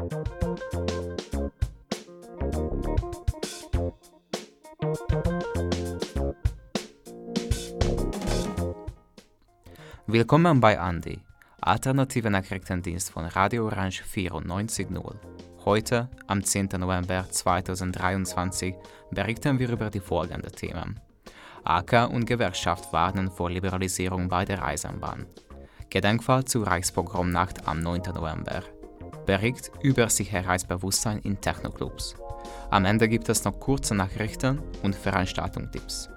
Willkommen bei Andi, alternativen Nachrichtendienst von Radio Orange 94.0. Heute, am 10. November 2023, berichten wir über die folgenden Themen. AK und Gewerkschaft warnen vor Liberalisierung bei der Eisenbahn. Gedenkfall zur Reichspogromnacht am 9. November. Bericht über Sicherheitsbewusstsein in Technoclubs. Am Ende gibt es noch kurze Nachrichten und Veranstaltungstipps.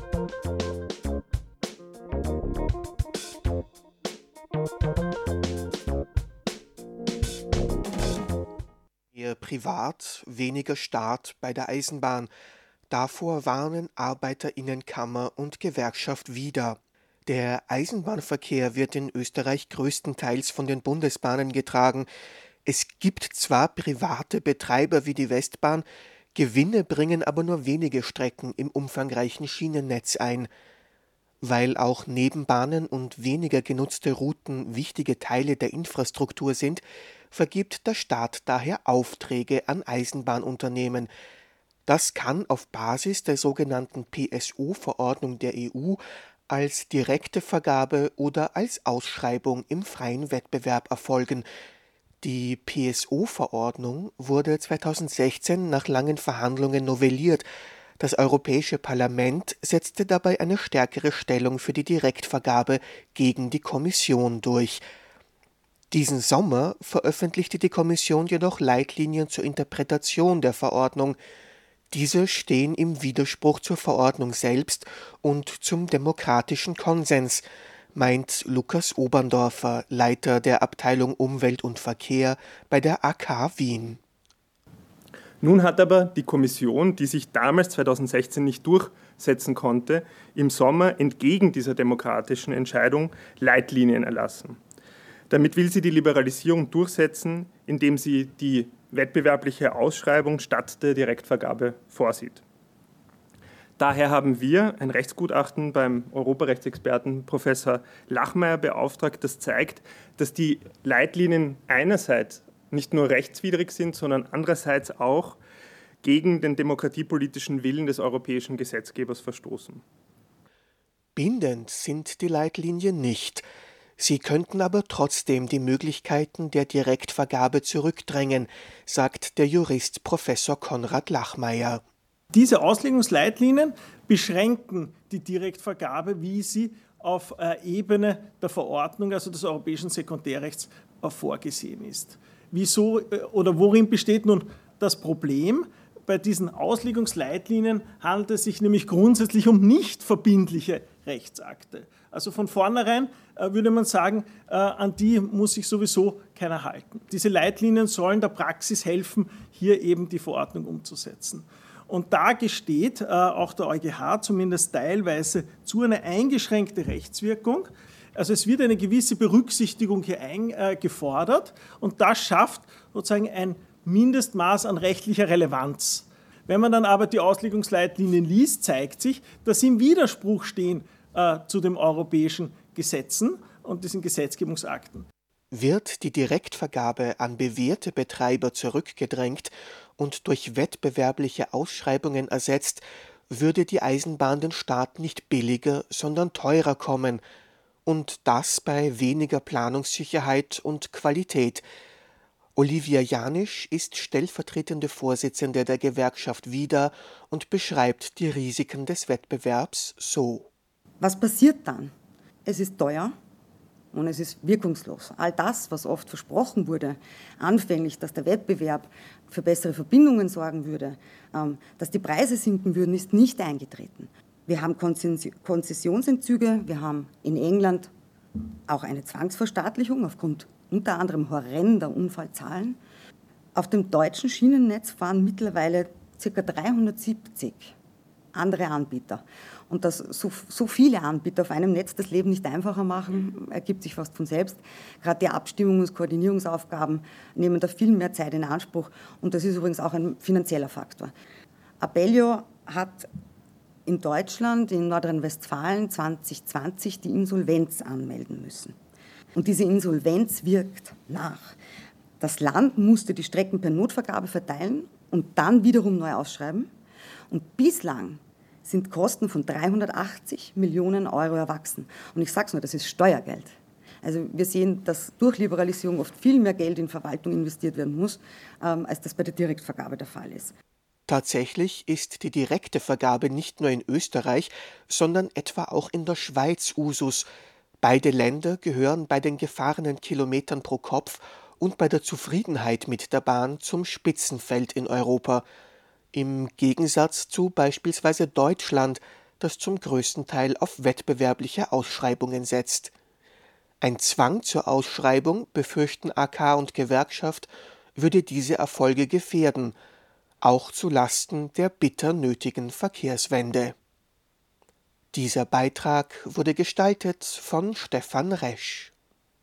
Mehr Privat, weniger Staat bei der Eisenbahn. Davor warnen Arbeiterinnenkammer und Gewerkschaft wieder. Der Eisenbahnverkehr wird in Österreich größtenteils von den Bundesbahnen getragen. Es gibt zwar private Betreiber wie die Westbahn, Gewinne bringen aber nur wenige Strecken im umfangreichen Schienennetz ein. Weil auch Nebenbahnen und weniger genutzte Routen wichtige Teile der Infrastruktur sind, vergibt der Staat daher Aufträge an Eisenbahnunternehmen. Das kann auf Basis der sogenannten PSO-Verordnung der EU als direkte Vergabe oder als Ausschreibung im freien Wettbewerb erfolgen. Die PSO-Verordnung wurde 2016 nach langen Verhandlungen novelliert. Das Europäische Parlament setzte dabei eine stärkere Stellung für die Direktvergabe gegen die Kommission durch. Diesen Sommer veröffentlichte die Kommission jedoch Leitlinien zur Interpretation der Verordnung. Diese stehen im Widerspruch zur Verordnung selbst und zum demokratischen Konsens, meint Lukas Oberndorfer, Leiter der Abteilung Umwelt und Verkehr bei der AK Wien. Nun hat aber die Kommission, die sich damals 2016 nicht durchsetzen konnte, im Sommer entgegen dieser demokratischen Entscheidung Leitlinien erlassen. Damit will sie die Liberalisierung durchsetzen, indem sie die wettbewerbliche Ausschreibung statt der Direktvergabe vorsieht. Daher haben wir ein Rechtsgutachten beim Europarechtsexperten Professor Lachmeier beauftragt, das zeigt, dass die Leitlinien einerseits nicht nur rechtswidrig sind, sondern andererseits auch gegen den demokratiepolitischen Willen des europäischen Gesetzgebers verstoßen. Bindend sind die Leitlinien nicht. Sie könnten aber trotzdem die Möglichkeiten der Direktvergabe zurückdrängen, sagt der Jurist Professor Konrad Lachmeier. Diese Auslegungsleitlinien beschränken die Direktvergabe, wie sie auf Ebene der Verordnung, also des europäischen Sekundärrechts, vorgesehen ist. Wieso oder worin besteht nun das Problem? Bei diesen Auslegungsleitlinien handelt es sich nämlich grundsätzlich um nicht verbindliche Rechtsakte. Also von vornherein würde man sagen, an die muss sich sowieso keiner halten. Diese Leitlinien sollen der Praxis helfen, hier eben die Verordnung umzusetzen. Und da gesteht auch der EuGH zumindest teilweise zu einer eingeschränkten Rechtswirkung. Also es wird eine gewisse Berücksichtigung hier gefordert und das schafft sozusagen ein Mindestmaß an rechtlicher Relevanz. Wenn man dann aber die Auslegungsleitlinien liest, zeigt sich, dass sie im Widerspruch stehen zu den europäischen Gesetzen und diesen Gesetzgebungsakten. Wird die Direktvergabe an bewährte Betreiber zurückgedrängt und durch wettbewerbliche Ausschreibungen ersetzt, würde die Eisenbahn den Staat nicht billiger, sondern teurer kommen. Und das bei weniger Planungssicherheit und Qualität. Olivia Janisch ist stellvertretende Vorsitzende der Gewerkschaft WIDA und beschreibt die Risiken des Wettbewerbs so. Was passiert dann? Es ist teuer und es ist wirkungslos. All das, was oft versprochen wurde, anfänglich, dass der Wettbewerb für bessere Verbindungen sorgen würde, dass die Preise sinken würden, ist nicht eingetreten. Wir haben Konzessionsentzüge, wir haben in England auch eine Zwangsverstaatlichung aufgrund unter anderem horrender Unfallzahlen. Auf dem deutschen Schienennetz fahren mittlerweile ca. 370 andere Anbieter. Und dass so viele Anbieter auf einem Netz das Leben nicht einfacher machen, ergibt sich fast von selbst. Gerade die Abstimmungs- und Koordinierungsaufgaben nehmen da viel mehr Zeit in Anspruch. Und das ist übrigens auch ein finanzieller Faktor. Abellio hat in Deutschland, in Nordrhein-Westfalen 2020 die Insolvenz anmelden müssen. Und diese Insolvenz wirkt nach. Das Land musste die Strecken per Notvergabe verteilen und dann wiederum neu ausschreiben. Und bislang sind Kosten von 380 Millionen Euro erwachsen. Und ich sage es nur, das ist Steuergeld. Also wir sehen, dass durch Liberalisierung oft viel mehr Geld in Verwaltung investiert werden muss, als das bei der Direktvergabe der Fall ist. Tatsächlich ist die direkte Vergabe nicht nur in Österreich, sondern etwa auch in der Schweiz Usus. Beide Länder gehören bei den gefahrenen Kilometern pro Kopf und bei der Zufriedenheit mit der Bahn zum Spitzenfeld in Europa. Im Gegensatz zu beispielsweise Deutschland, das zum größten Teil auf wettbewerbliche Ausschreibungen setzt. Ein Zwang zur Ausschreibung, befürchten AK und Gewerkschaft, würde diese Erfolge gefährden, auch zu Lasten der bitter nötigen Verkehrswende. Dieser Beitrag wurde gestaltet von Stefan Resch.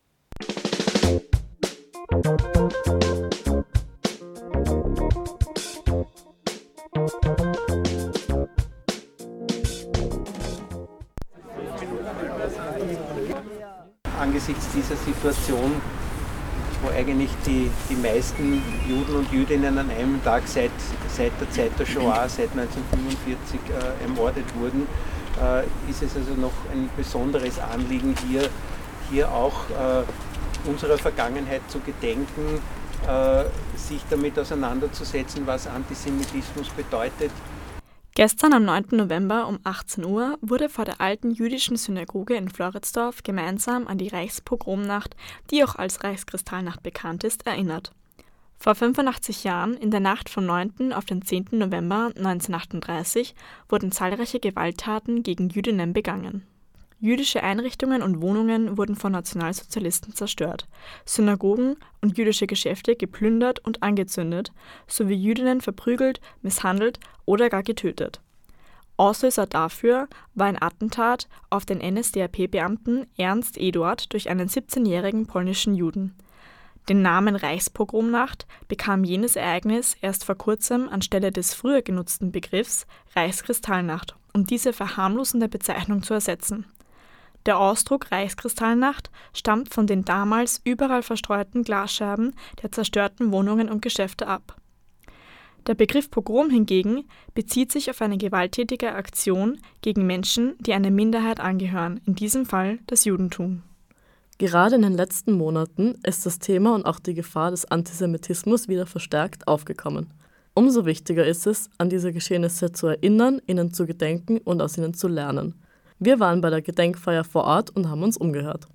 Angesichts dieser Situation, wo eigentlich die meisten Juden und Jüdinnen an einem Tag seit der Zeit der Shoah, seit 1945 ermordet wurden, ist es also noch ein besonderes Anliegen, hier auch unserer Vergangenheit zu gedenken, sich damit auseinanderzusetzen, was Antisemitismus bedeutet. Gestern am 9. November um 18 Uhr wurde vor der alten jüdischen Synagoge in Floridsdorf gemeinsam an die Reichspogromnacht, die auch als Reichskristallnacht bekannt ist, erinnert. Vor 85 Jahren, in der Nacht vom 9. auf den 10. November 1938, wurden zahlreiche Gewalttaten gegen Jüdinnen begangen. Jüdische Einrichtungen und Wohnungen wurden von Nationalsozialisten zerstört, Synagogen und jüdische Geschäfte geplündert und angezündet, sowie Jüdinnen verprügelt, misshandelt oder gar getötet. Auslöser dafür war ein Attentat auf den NSDAP-Beamten Ernst Eduard durch einen 17-jährigen polnischen Juden. Den Namen Reichspogromnacht bekam jenes Ereignis erst vor kurzem anstelle des früher genutzten Begriffs Reichskristallnacht, um diese verharmlosende Bezeichnung zu ersetzen. Der Ausdruck Reichskristallnacht stammt von den damals überall verstreuten Glasscherben der zerstörten Wohnungen und Geschäfte ab. Der Begriff Pogrom hingegen bezieht sich auf eine gewalttätige Aktion gegen Menschen, die einer Minderheit angehören, in diesem Fall das Judentum. Gerade in den letzten Monaten ist das Thema und auch die Gefahr des Antisemitismus wieder verstärkt aufgekommen. Umso wichtiger ist es, an diese Geschehnisse zu erinnern, ihnen zu gedenken und aus ihnen zu lernen. Wir waren bei der Gedenkfeier vor Ort und haben uns umgehört.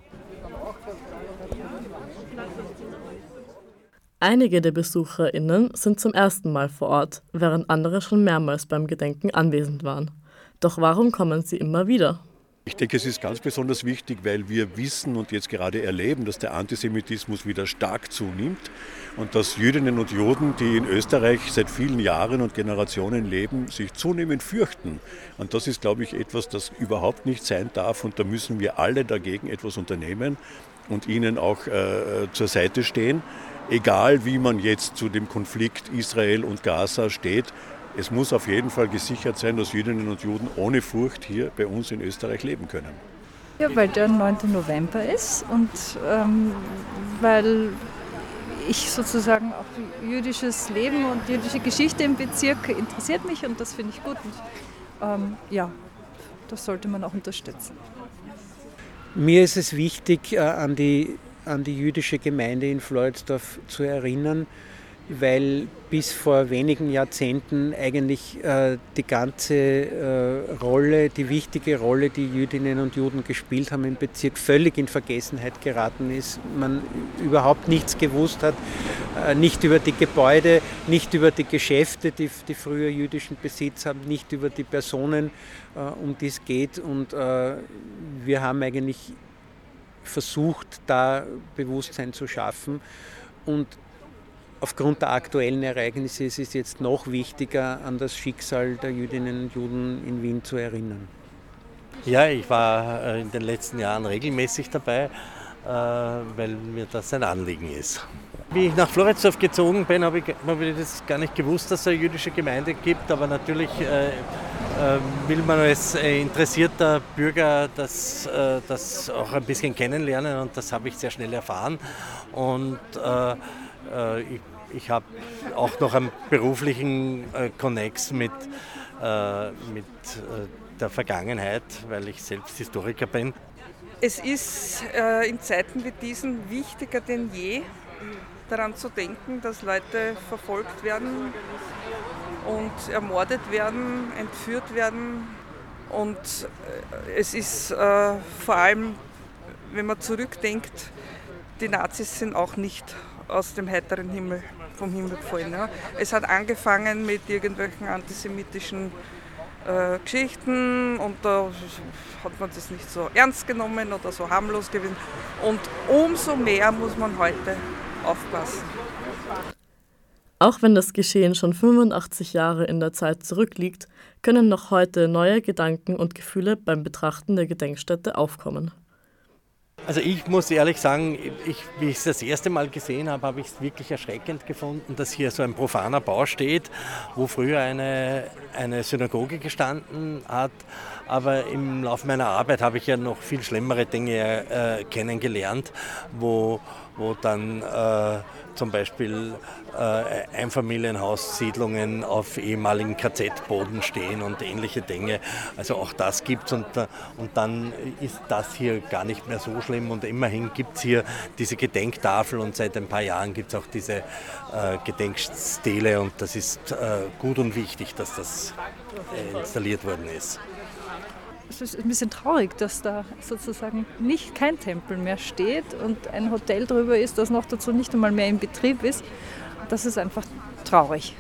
Einige der BesucherInnen sind zum ersten Mal vor Ort, während andere schon mehrmals beim Gedenken anwesend waren. Doch warum kommen sie immer wieder? Ich denke, es ist ganz besonders wichtig, weil wir wissen und jetzt gerade erleben, dass der Antisemitismus wieder stark zunimmt und dass Jüdinnen und Juden, die in Österreich seit vielen Jahren und Generationen leben, sich zunehmend fürchten. Und das ist, glaube ich, etwas, das überhaupt nicht sein darf und da müssen wir alle dagegen etwas unternehmen und ihnen auch zur Seite stehen. Egal, wie man jetzt zu dem Konflikt Israel und Gaza steht, es muss auf jeden Fall gesichert sein, dass Jüdinnen und Juden ohne Furcht hier bei uns in Österreich leben können. Ja, weil der 9. November ist und weil ich sozusagen auch jüdisches Leben und jüdische Geschichte im Bezirk interessiert mich und das finde ich gut. Und ja, das sollte man auch unterstützen. Mir ist es wichtig, an die jüdische Gemeinde in Floridsdorf zu erinnern, weil bis vor wenigen Jahrzehnten eigentlich die ganze Rolle, die wichtige Rolle, die Jüdinnen und Juden gespielt haben im Bezirk, völlig in Vergessenheit geraten ist. Man überhaupt nichts gewusst hat, nicht über die Gebäude, nicht über die Geschäfte, die früher jüdischen Besitz haben, nicht über die Personen, um die es geht. Und wir haben eigentlich versucht, da Bewusstsein zu schaffen. Und aufgrund der aktuellen Ereignisse ist es jetzt noch wichtiger, an das Schicksal der Jüdinnen und Juden in Wien zu erinnern. Ja, ich war in den letzten Jahren regelmäßig dabei, weil mir das ein Anliegen ist. Wie ich nach Floridsdorf gezogen bin, habe ich das gar nicht gewusst, dass es eine jüdische Gemeinde gibt, aber natürlich will man als interessierter Bürger das auch ein bisschen kennenlernen und das habe ich sehr schnell erfahren. Und ich habe auch noch einen beruflichen Konnex mit der Vergangenheit, weil ich selbst Historiker bin. Es ist in Zeiten wie diesen wichtiger denn je, daran zu denken, dass Leute verfolgt werden und ermordet werden, entführt werden. Und es ist vor allem, wenn man zurückdenkt, die Nazis sind auch nicht aus dem heiteren Himmel, vom Himmel gefallen. Ja. Es hat angefangen mit irgendwelchen antisemitischen Geschichten und da hat man das nicht so ernst genommen oder so harmlos gewesen. Und umso mehr muss man heute aufpassen. Auch wenn das Geschehen schon 85 Jahre in der Zeit zurückliegt, können noch heute neue Gedanken und Gefühle beim Betrachten der Gedenkstätte aufkommen. Also ich muss ehrlich sagen, wie ich es das erste Mal gesehen habe, habe ich es wirklich erschreckend gefunden, dass hier so ein profaner Bau steht, wo früher eine Synagoge gestanden hat. Aber im Laufe meiner Arbeit habe ich ja noch viel schlimmere Dinge kennengelernt, wo dann zum Beispiel Einfamilienhaussiedlungen auf ehemaligen KZ-Boden stehen und ähnliche Dinge. Also auch das gibt es und dann ist das hier gar nicht mehr so schlimm und immerhin gibt es hier diese Gedenktafel und seit ein paar Jahren gibt es auch diese Gedenkstele und das ist gut und wichtig, dass das installiert worden ist. Es ist ein bisschen traurig, dass da sozusagen kein Tempel mehr steht und ein Hotel drüber ist, das noch dazu nicht einmal mehr in Betrieb ist. Das ist einfach traurig.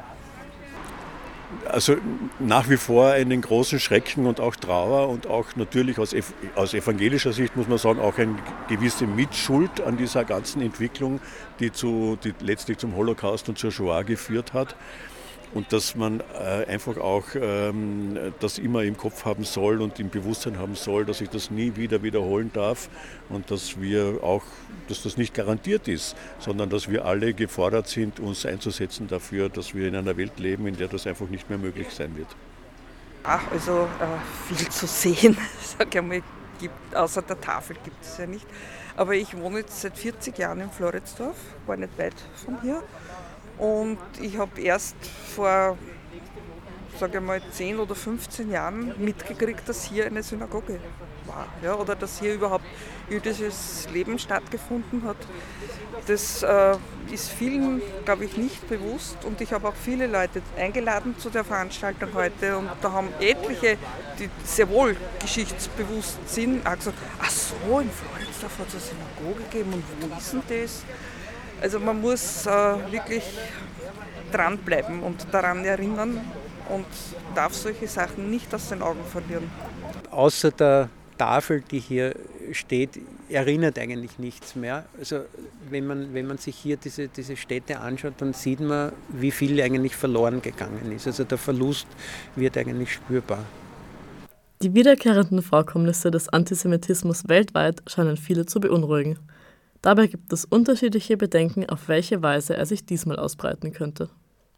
Also nach wie vor einen großen Schrecken und auch Trauer und auch natürlich aus evangelischer Sicht muss man sagen, auch eine gewisse Mitschuld an dieser ganzen Entwicklung, die letztlich zum Holocaust und zur Shoah geführt hat. Und dass man einfach auch das immer im Kopf haben soll und im Bewusstsein haben soll, dass sich das nie wieder wiederholen darf und dass das nicht garantiert ist, sondern dass wir alle gefordert sind, uns einzusetzen dafür, dass wir in einer Welt leben, in der das einfach nicht mehr möglich sein wird. Also viel zu sehen, sag ich mal, außer der Tafel gibt es ja nicht. Aber ich wohne jetzt seit 40 Jahren in Floridsdorf, war nicht weit von hier. Und ich habe erst vor, sage ich mal, 10 oder 15 Jahren mitgekriegt, dass hier eine Synagoge war. Ja, oder dass hier überhaupt jüdisches Leben stattgefunden hat. Das ist vielen, glaube ich, nicht bewusst. Und ich habe auch viele Leute eingeladen zu der Veranstaltung heute. Und da haben etliche, die sehr wohl geschichtsbewusst sind, auch gesagt, ach so, in Floridsdorf hat es eine Synagoge gegeben und wo ist denn das? Also man muss wirklich dranbleiben und daran erinnern und darf solche Sachen nicht aus den Augen verlieren. Außer der Tafel, die hier steht, erinnert eigentlich nichts mehr. Also wenn man sich hier diese Städte anschaut, dann sieht man, wie viel eigentlich verloren gegangen ist. Also der Verlust wird eigentlich spürbar. Die wiederkehrenden Vorkommnisse des Antisemitismus weltweit scheinen viele zu beunruhigen. Dabei gibt es unterschiedliche Bedenken, auf welche Weise er sich diesmal ausbreiten könnte.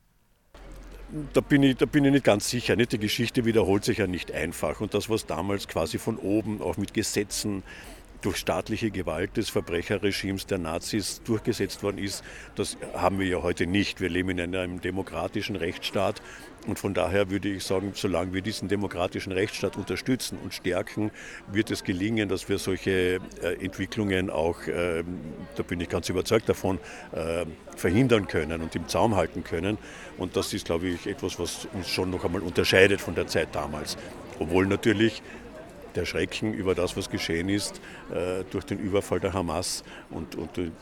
Da bin ich nicht ganz sicher. Die Geschichte wiederholt sich ja nicht einfach. Und das, was damals quasi von oben auch mit Gesetzen durch staatliche Gewalt des Verbrecherregimes der Nazis durchgesetzt worden ist, das haben wir ja heute nicht. Wir leben in einem demokratischen Rechtsstaat und von daher würde ich sagen, solange wir diesen demokratischen Rechtsstaat unterstützen und stärken, wird es gelingen, dass wir solche Entwicklungen auch, da bin ich ganz überzeugt davon, verhindern können und im Zaum halten können. Und das ist, glaube ich, etwas, was uns schon noch einmal unterscheidet von der Zeit damals. Obwohl natürlich der Schrecken über das, was geschehen ist, durch den Überfall der Hamas und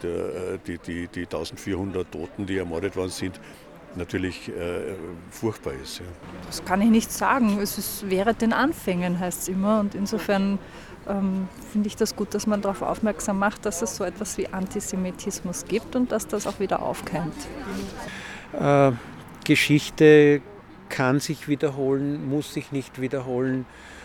die 1400 Toten, die ermordet worden sind, natürlich furchtbar ist. Ja. Das kann ich nicht sagen. Es wäre den Anfängen, heißt es immer. Und insofern finde ich das gut, dass man darauf aufmerksam macht, dass es so etwas wie Antisemitismus gibt und dass das auch wieder aufkeimt. Geschichte kann sich wiederholen, muss sich nicht wiederholen.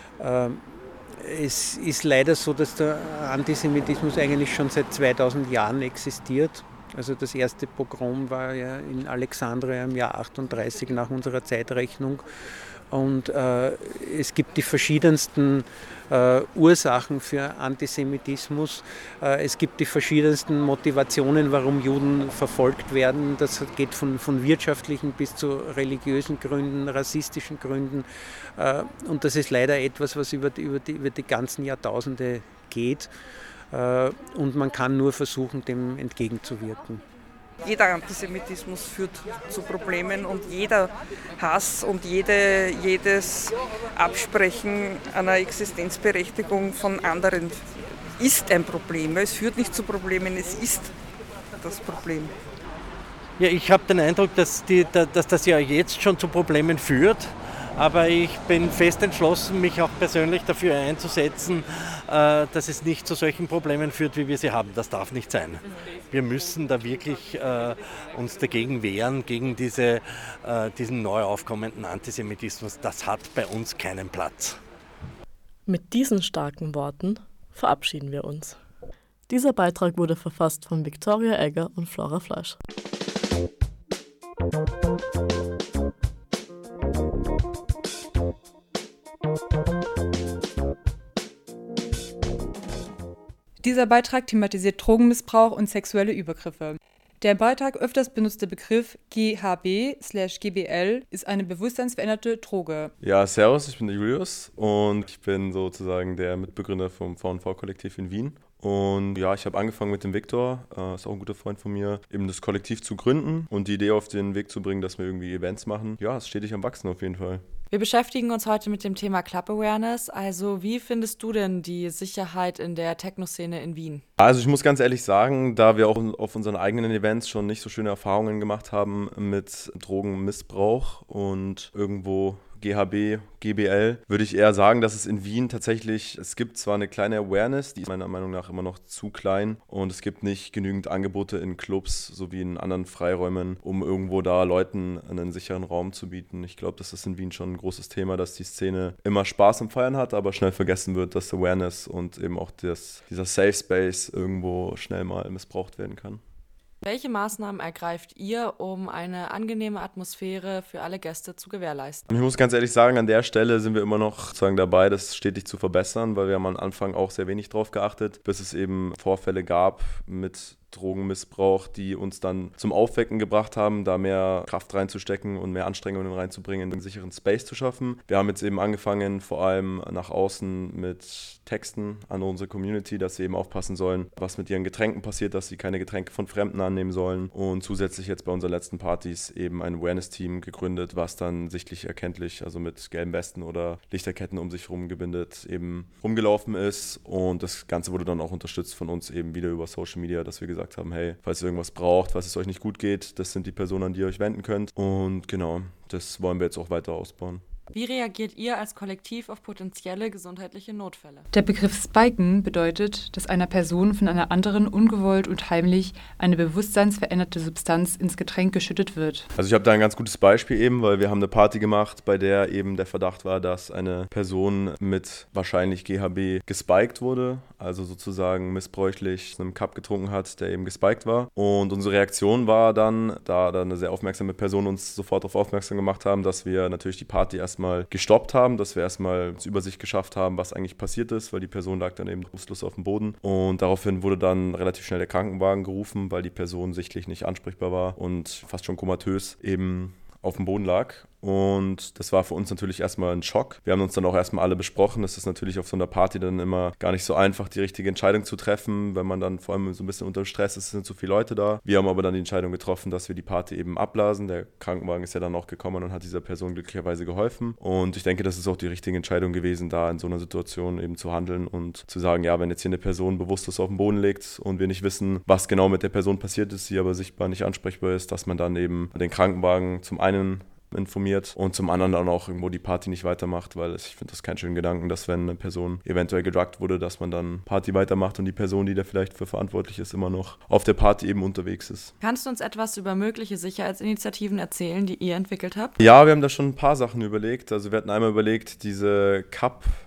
Es ist leider so, dass der Antisemitismus eigentlich schon seit 2000 Jahren existiert. Also das erste Pogrom war ja in Alexandria im Jahr 38 nach unserer Zeitrechnung. Und es gibt die verschiedensten Ursachen für Antisemitismus. Es gibt die verschiedensten Motivationen, warum Juden verfolgt werden. Das geht von wirtschaftlichen bis zu religiösen Gründen, rassistischen Gründen. Und das ist leider etwas, was über die ganzen Jahrtausende geht. Und man kann nur versuchen, dem entgegenzuwirken. Jeder Antisemitismus führt zu Problemen und jeder Hass und jedes Absprechen einer Existenzberechtigung von anderen ist ein Problem. Es führt nicht zu Problemen, es ist das Problem. Ja, ich habe den Eindruck, dass das ja jetzt schon zu Problemen führt. Aber ich bin fest entschlossen, mich auch persönlich dafür einzusetzen, dass es nicht zu solchen Problemen führt, wie wir sie haben. Das darf nicht sein. Wir müssen da wirklich uns dagegen wehren, gegen diesen neu aufkommenden Antisemitismus. Das hat bei uns keinen Platz. Mit diesen starken Worten verabschieden wir uns. Dieser Beitrag wurde verfasst von Viktoria Egger und Flora Fleisch. Dieser Beitrag thematisiert Drogenmissbrauch und sexuelle Übergriffe. Der im Beitrag öfters benutzte Begriff GHB/GBL ist eine bewusstseinsveränderte Droge. Ja, servus, ich bin der Julius und ich bin sozusagen der Mitbegründer vom V&V-Kollektiv in Wien. Und ja, ich habe angefangen mit dem Viktor, ist auch ein guter Freund von mir, eben das Kollektiv zu gründen und die Idee auf den Weg zu bringen, dass wir irgendwie Events machen. Ja, es ist stetig am Wachsen auf jeden Fall. Wir beschäftigen uns heute mit dem Thema Club Awareness. Also wie findest du denn die Sicherheit in der Techno-Szene in Wien? Also ich muss ganz ehrlich sagen, da wir auch auf unseren eigenen Events schon nicht so schöne Erfahrungen gemacht haben mit Drogenmissbrauch und irgendwo GHB, GBL, würde ich eher sagen, dass es in Wien tatsächlich, es gibt zwar eine kleine Awareness, die ist meiner Meinung nach immer noch zu klein und es gibt nicht genügend Angebote in Clubs sowie in anderen Freiräumen, um irgendwo da Leuten einen sicheren Raum zu bieten. Ich glaube, das ist in Wien schon ein großes Thema, dass die Szene immer Spaß am Feiern hat, aber schnell vergessen wird, dass Awareness und eben auch dieser Safe Space irgendwo schnell mal missbraucht werden kann. Welche Maßnahmen ergreift ihr, um eine angenehme Atmosphäre für alle Gäste zu gewährleisten? Ich muss ganz ehrlich sagen, an der Stelle sind wir immer noch sozusagen dabei, das stetig zu verbessern, weil wir haben am Anfang auch sehr wenig drauf geachtet, bis es eben Vorfälle gab mit Drogenmissbrauch, die uns dann zum Aufwecken gebracht haben, da mehr Kraft reinzustecken und mehr Anstrengungen reinzubringen, einen sicheren Space zu schaffen. Wir haben jetzt eben angefangen, vor allem nach außen mit Texten an unsere Community, dass sie eben aufpassen sollen, was mit ihren Getränken passiert, dass sie keine Getränke von Fremden annehmen sollen. Und zusätzlich jetzt bei unseren letzten Partys eben ein Awareness-Team gegründet, was dann sichtlich erkenntlich, also mit gelben Westen oder Lichterketten um sich herum gebindet, eben rumgelaufen ist. Und das Ganze wurde dann auch unterstützt von uns eben wieder über Social Media, dass wir gesagt haben, hey, falls ihr irgendwas braucht, falls es euch nicht gut geht, das sind die Personen, an die ihr euch wenden könnt. Und genau, das wollen wir jetzt auch weiter ausbauen. Wie reagiert ihr als Kollektiv auf potenzielle gesundheitliche Notfälle? Der Begriff Spiken bedeutet, dass einer Person von einer anderen ungewollt und heimlich eine bewusstseinsveränderte Substanz ins Getränk geschüttet wird. Also ich habe da ein ganz gutes Beispiel eben, weil wir haben eine Party gemacht, bei der eben der Verdacht war, dass eine Person mit wahrscheinlich GHB gespiked wurde, also sozusagen missbräuchlich einen Cup getrunken hat, der eben gespiked war. Und unsere Reaktion war dann, da eine sehr aufmerksame Person uns sofort darauf aufmerksam gemacht haben, dass wir natürlich die Party erstmal gestoppt haben, dass wir erstmal die Übersicht geschafft haben, was eigentlich passiert ist, weil die Person lag dann eben bewusstlos auf dem Boden. Und daraufhin wurde dann relativ schnell der Krankenwagen gerufen, weil die Person sichtlich nicht ansprechbar war und fast schon komatös eben auf dem Boden lag. Und das war für uns natürlich erstmal ein Schock. Wir haben uns dann auch erstmal alle besprochen. Es ist natürlich auf so einer Party dann immer gar nicht so einfach, die richtige Entscheidung zu treffen, wenn man dann vor allem so ein bisschen unter Stress ist, es sind zu viele Leute da. Wir haben aber dann die Entscheidung getroffen, dass wir die Party eben abblasen. Der Krankenwagen ist ja dann auch gekommen und hat dieser Person glücklicherweise geholfen. Und ich denke, das ist auch die richtige Entscheidung gewesen, da in so einer Situation eben zu handeln und zu sagen, ja, wenn jetzt hier eine Person bewusstlos auf den Boden liegt und wir nicht wissen, was genau mit der Person passiert ist, sie aber sichtbar nicht ansprechbar ist, dass man dann eben den Krankenwagen zum einen informiert und zum anderen dann auch irgendwo die Party nicht weitermacht, weil ich finde das keinen schönen Gedanken, dass wenn eine Person eventuell gedruckt wurde, dass man dann Party weitermacht und die Person, die da vielleicht für verantwortlich ist, immer noch auf der Party eben unterwegs ist. Kannst du uns etwas über mögliche Sicherheitsinitiativen erzählen, die ihr entwickelt habt? Ja, wir haben da schon ein paar Sachen überlegt. Also wir hatten einmal überlegt, diese Cup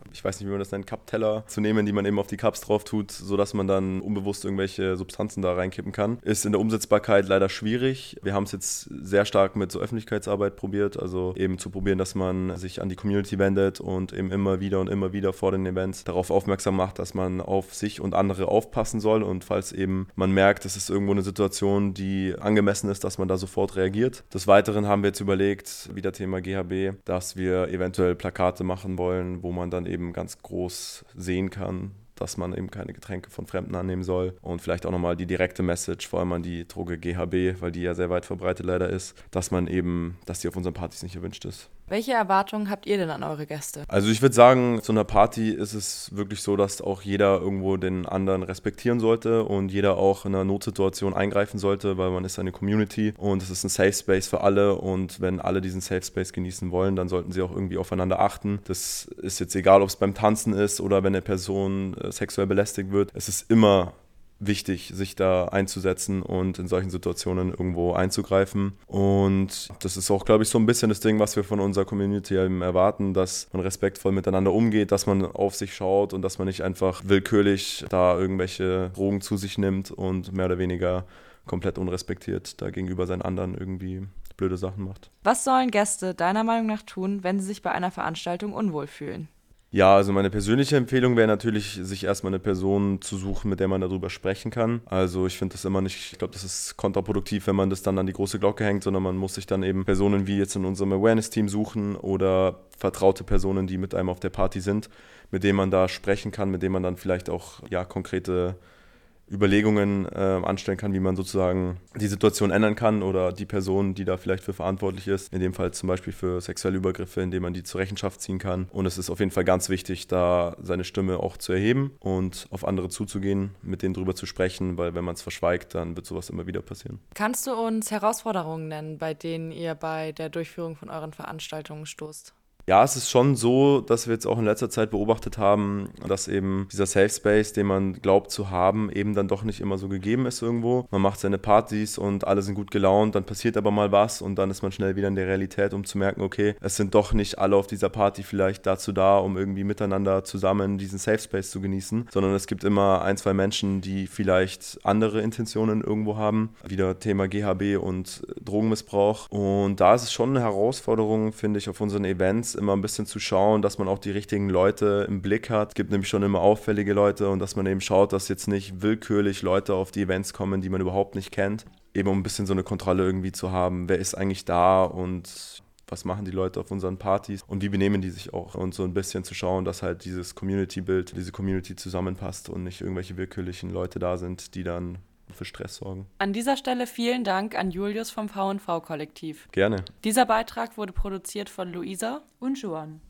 ich weiß nicht, wie man das nennt, Cup-Teller zu nehmen, die man eben auf die Cups drauf tut, sodass man dann unbewusst irgendwelche Substanzen da reinkippen kann. Ist in der Umsetzbarkeit leider schwierig. Wir haben es jetzt sehr stark mit so Öffentlichkeitsarbeit probiert, also eben zu probieren, dass man sich an die Community wendet und eben immer wieder vor den Events darauf aufmerksam macht, dass man auf sich und andere aufpassen soll und falls eben man merkt, es ist irgendwo eine Situation, die angemessen ist, dass man da sofort reagiert. Des Weiteren haben wir jetzt überlegt, wieder Thema GHB, dass wir eventuell Plakate machen wollen, wo man dann eben ganz groß sehen kann, dass man eben keine Getränke von Fremden annehmen soll und vielleicht auch nochmal die direkte Message, vor allem an die Droge GHB, weil die ja sehr weit verbreitet leider ist, dass die auf unseren Partys nicht erwünscht ist. Welche Erwartungen habt ihr denn an eure Gäste? Also ich würde sagen, zu einer Party ist es wirklich so, dass auch jeder irgendwo den anderen respektieren sollte und jeder auch in einer Notsituation eingreifen sollte, weil man ist eine Community und es ist ein Safe Space für alle und wenn alle diesen Safe Space genießen wollen, dann sollten sie auch irgendwie aufeinander achten. Das ist jetzt egal, ob es beim Tanzen ist oder wenn eine Person sexuell belästigt wird. Es ist immer wichtig, sich da einzusetzen und in solchen Situationen irgendwo einzugreifen. Und das ist auch, glaube ich, so ein bisschen das Ding, was wir von unserer Community eben erwarten, dass man respektvoll miteinander umgeht, dass man auf sich schaut und dass man nicht einfach willkürlich da irgendwelche Drogen zu sich nimmt und mehr oder weniger komplett unrespektiert da gegenüber seinen anderen irgendwie blöde Sachen macht. Was sollen Gäste deiner Meinung nach tun, wenn sie sich bei einer Veranstaltung unwohl fühlen? Ja, also meine persönliche Empfehlung wäre natürlich, sich erstmal eine Person zu suchen, mit der man darüber sprechen kann. Also ich finde das immer nicht, ich glaube, das ist kontraproduktiv, wenn man das dann an die große Glocke hängt, sondern man muss sich dann eben Personen wie jetzt in unserem Awareness-Team suchen oder vertraute Personen, die mit einem auf der Party sind, mit denen man da sprechen kann, mit denen man dann vielleicht auch konkrete Überlegungen anstellen kann, wie man sozusagen die Situation ändern kann oder die Person, die da vielleicht für verantwortlich ist, in dem Fall zum Beispiel für sexuelle Übergriffe, indem man die zur Rechenschaft ziehen kann. Und es ist auf jeden Fall ganz wichtig, da seine Stimme auch zu erheben und auf andere zuzugehen, mit denen drüber zu sprechen, weil wenn man es verschweigt, dann wird sowas immer wieder passieren. Kannst du uns Herausforderungen nennen, bei denen ihr bei der Durchführung von euren Veranstaltungen stoßt? Ja, es ist schon so, dass wir jetzt auch in letzter Zeit beobachtet haben, dass eben dieser Safe Space, den man glaubt zu haben, eben dann doch nicht immer so gegeben ist irgendwo. Man macht seine Partys und alle sind gut gelaunt, dann passiert aber mal was und dann ist man schnell wieder in der Realität, um zu merken, okay, es sind doch nicht alle auf dieser Party vielleicht dazu da, um irgendwie miteinander zusammen diesen Safe Space zu genießen, sondern es gibt immer 1, 2 Menschen, die vielleicht andere Intentionen irgendwo haben. Wieder Thema GHB und Drogenmissbrauch. Und da ist es schon eine Herausforderung, finde ich, auf unseren Events immer ein bisschen zu schauen, dass man auch die richtigen Leute im Blick hat. Es gibt nämlich schon immer auffällige Leute und dass man eben schaut, dass jetzt nicht willkürlich Leute auf die Events kommen, die man überhaupt nicht kennt. Eben um ein bisschen so eine Kontrolle irgendwie zu haben, wer ist eigentlich da und was machen die Leute auf unseren Partys und wie benehmen die sich auch und so ein bisschen zu schauen, dass halt dieses Community-Bild, diese Community zusammenpasst und nicht irgendwelche willkürlichen Leute da sind, die dann für Stress sorgen. An dieser Stelle vielen Dank an Julius vom V&V-Kollektiv. Gerne. Dieser Beitrag wurde produziert von Luisa und Joan.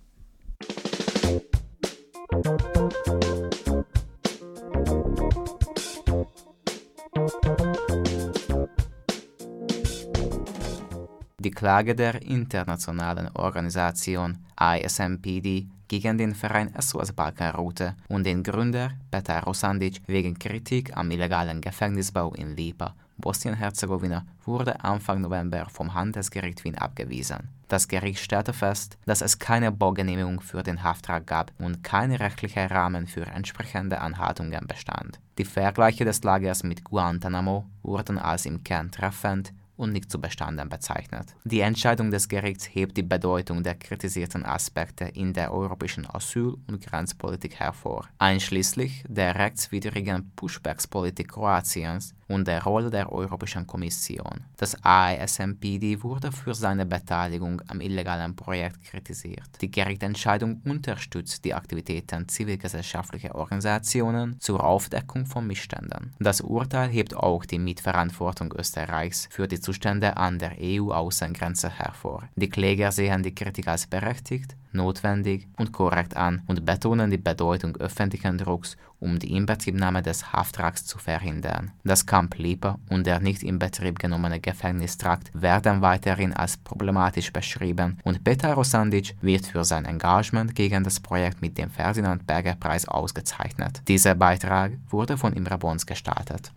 Die Klage der internationalen Organisation ISMPD gegen den Verein SOS Balkanroute und den Gründer Petar Rosandic wegen Kritik am illegalen Gefängnisbau in Lipa, Bosnien-Herzegowina, wurde Anfang November vom Handelsgericht Wien abgewiesen. Das Gericht stellte fest, dass es keine Baugenehmigung für den Haftrag gab und kein rechtlicher Rahmen für entsprechende Anhaltungen bestand. Die Vergleiche des Lagers mit Guantanamo wurden als im Kern treffend und nicht zu Beständen bezeichnet. Die Entscheidung des Gerichts hebt die Bedeutung der kritisierten Aspekte in der europäischen Asyl- und Grenzpolitik hervor, einschließlich der rechtswidrigen Pushbacks-Politik Kroatiens und der Rolle der Europäischen Kommission. Das ISMPD wurde für seine Beteiligung am illegalen Projekt kritisiert. Die Gerichtsentscheidung unterstützt die Aktivitäten zivilgesellschaftlicher Organisationen zur Aufdeckung von Missständen. Das Urteil hebt auch die Mitverantwortung Österreichs für die Zustände an der EU-Außengrenze hervor. Die Kläger sehen die Kritik als berechtigt, notwendig und korrekt an und betonen die Bedeutung öffentlichen Drucks, um die Inbetriebnahme des Haftrags zu verhindern. Das Camp Lipa und der nicht in Betrieb genommene Gefängnistrakt werden weiterhin als problematisch beschrieben und Petar Rosandic wird für sein Engagement gegen das Projekt mit dem Ferdinand-Berger-Preis ausgezeichnet. Dieser Beitrag wurde von Imre Bons gestaltet.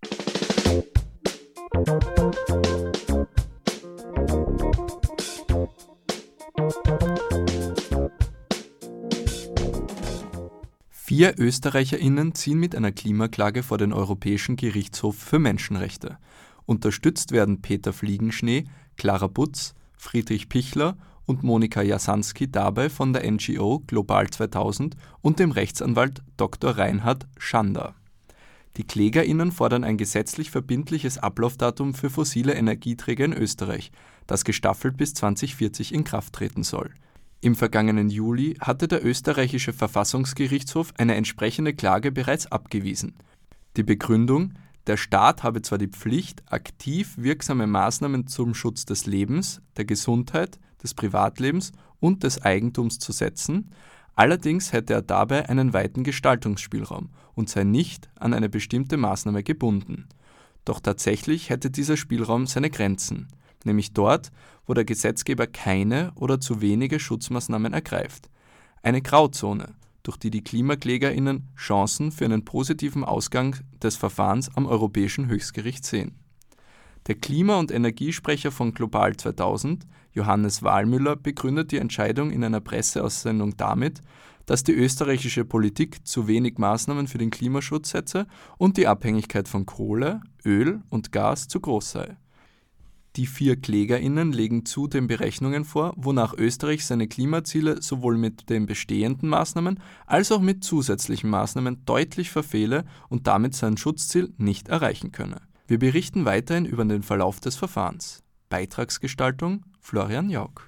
4 ÖsterreicherInnen ziehen mit einer Klimaklage vor den Europäischen Gerichtshof für Menschenrechte. Unterstützt werden Peter Fliegenschnee, Clara Butz, Friedrich Pichler und Monika Jasanski dabei von der NGO Global 2000 und dem Rechtsanwalt Dr. Reinhard Schander. Die KlägerInnen fordern ein gesetzlich verbindliches Ablaufdatum für fossile Energieträger in Österreich, das gestaffelt bis 2040 in Kraft treten soll. Im vergangenen Juli hatte der österreichische Verfassungsgerichtshof eine entsprechende Klage bereits abgewiesen. Die Begründung: Der Staat habe zwar die Pflicht, aktiv wirksame Maßnahmen zum Schutz des Lebens, der Gesundheit, des Privatlebens und des Eigentums zu setzen, allerdings hätte er dabei einen weiten Gestaltungsspielraum und sei nicht an eine bestimmte Maßnahme gebunden. Doch tatsächlich hätte dieser Spielraum seine Grenzen, nämlich dort, wo der Gesetzgeber keine oder zu wenige Schutzmaßnahmen ergreift. Eine Grauzone, durch die die KlimaklägerInnen Chancen für einen positiven Ausgang des Verfahrens am Europäischen Höchstgericht sehen. Der Klima- und Energiesprecher von Global 2000, Johannes Wahlmüller, begründet die Entscheidung in einer Presseaussendung damit, dass die österreichische Politik zu wenig Maßnahmen für den Klimaschutz setze und die Abhängigkeit von Kohle, Öl und Gas zu groß sei. Die 4 KlägerInnen legen zudem Berechnungen vor, wonach Österreich seine Klimaziele sowohl mit den bestehenden Maßnahmen als auch mit zusätzlichen Maßnahmen deutlich verfehle und damit sein Schutzziel nicht erreichen könne. Wir berichten weiterhin über den Verlauf des Verfahrens. Beitragsgestaltung: Florian Jauch.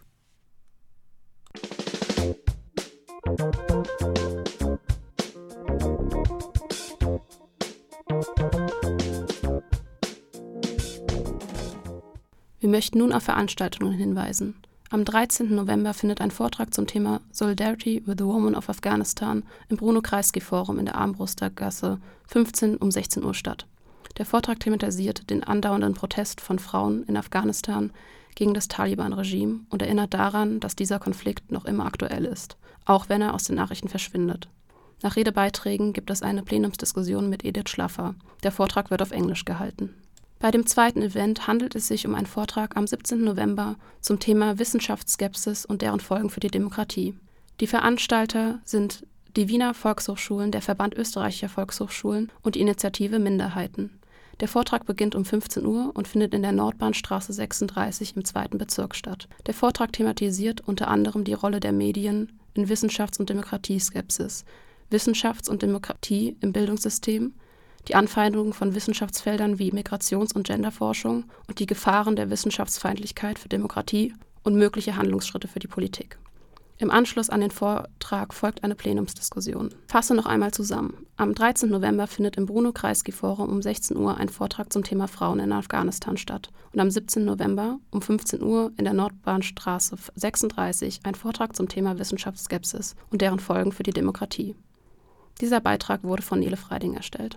Wir möchten nun auf Veranstaltungen hinweisen. Am 13. November findet ein Vortrag zum Thema Solidarity with the Women of Afghanistan im Bruno-Kreisky-Forum in der Armbruster Gasse 15 um 16 Uhr statt. Der Vortrag thematisiert den andauernden Protest von Frauen in Afghanistan gegen das Taliban-Regime und erinnert daran, dass dieser Konflikt noch immer aktuell ist, auch wenn er aus den Nachrichten verschwindet. Nach Redebeiträgen gibt es eine Plenumsdiskussion mit Edith Schlaffer. Der Vortrag wird auf Englisch gehalten. Bei dem zweiten Event handelt es sich um einen Vortrag am 17. November zum Thema Wissenschaftsskepsis und deren Folgen für die Demokratie. Die Veranstalter sind die Wiener Volkshochschulen, der Verband österreichischer Volkshochschulen und die Initiative Minderheiten. Der Vortrag beginnt um 15 Uhr und findet in der Nordbahnstraße 36 im 2. Bezirk statt. Der Vortrag thematisiert unter anderem die Rolle der Medien in Wissenschafts- und Demokratieskepsis, Wissenschafts- und Demokratie im Bildungssystem, die Anfeindungen von Wissenschaftsfeldern wie Migrations- und Genderforschung und die Gefahren der Wissenschaftsfeindlichkeit für Demokratie und mögliche Handlungsschritte für die Politik. Im Anschluss an den Vortrag folgt eine Plenumsdiskussion. Fasse noch einmal zusammen. Am 13. November findet im Bruno-Kreisky-Forum um 16 Uhr ein Vortrag zum Thema Frauen in Afghanistan statt und am 17. November um 15 Uhr in der Nordbahnstraße 36 ein Vortrag zum Thema Wissenschaftsskepsis und deren Folgen für die Demokratie. Dieser Beitrag wurde von Nele Freiding erstellt.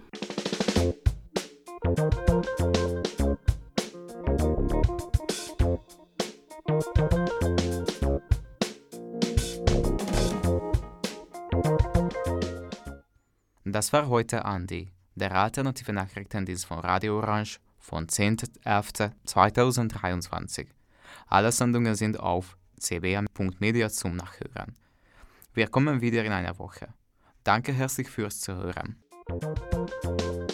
Das war heute Andi, der alternative Nachrichtendienst von Radio Orange von 10.11.2023. Alle Sendungen sind auf cba.media zum Nachhören. Wir kommen wieder in einer Woche. Danke herzlich fürs Zuhören.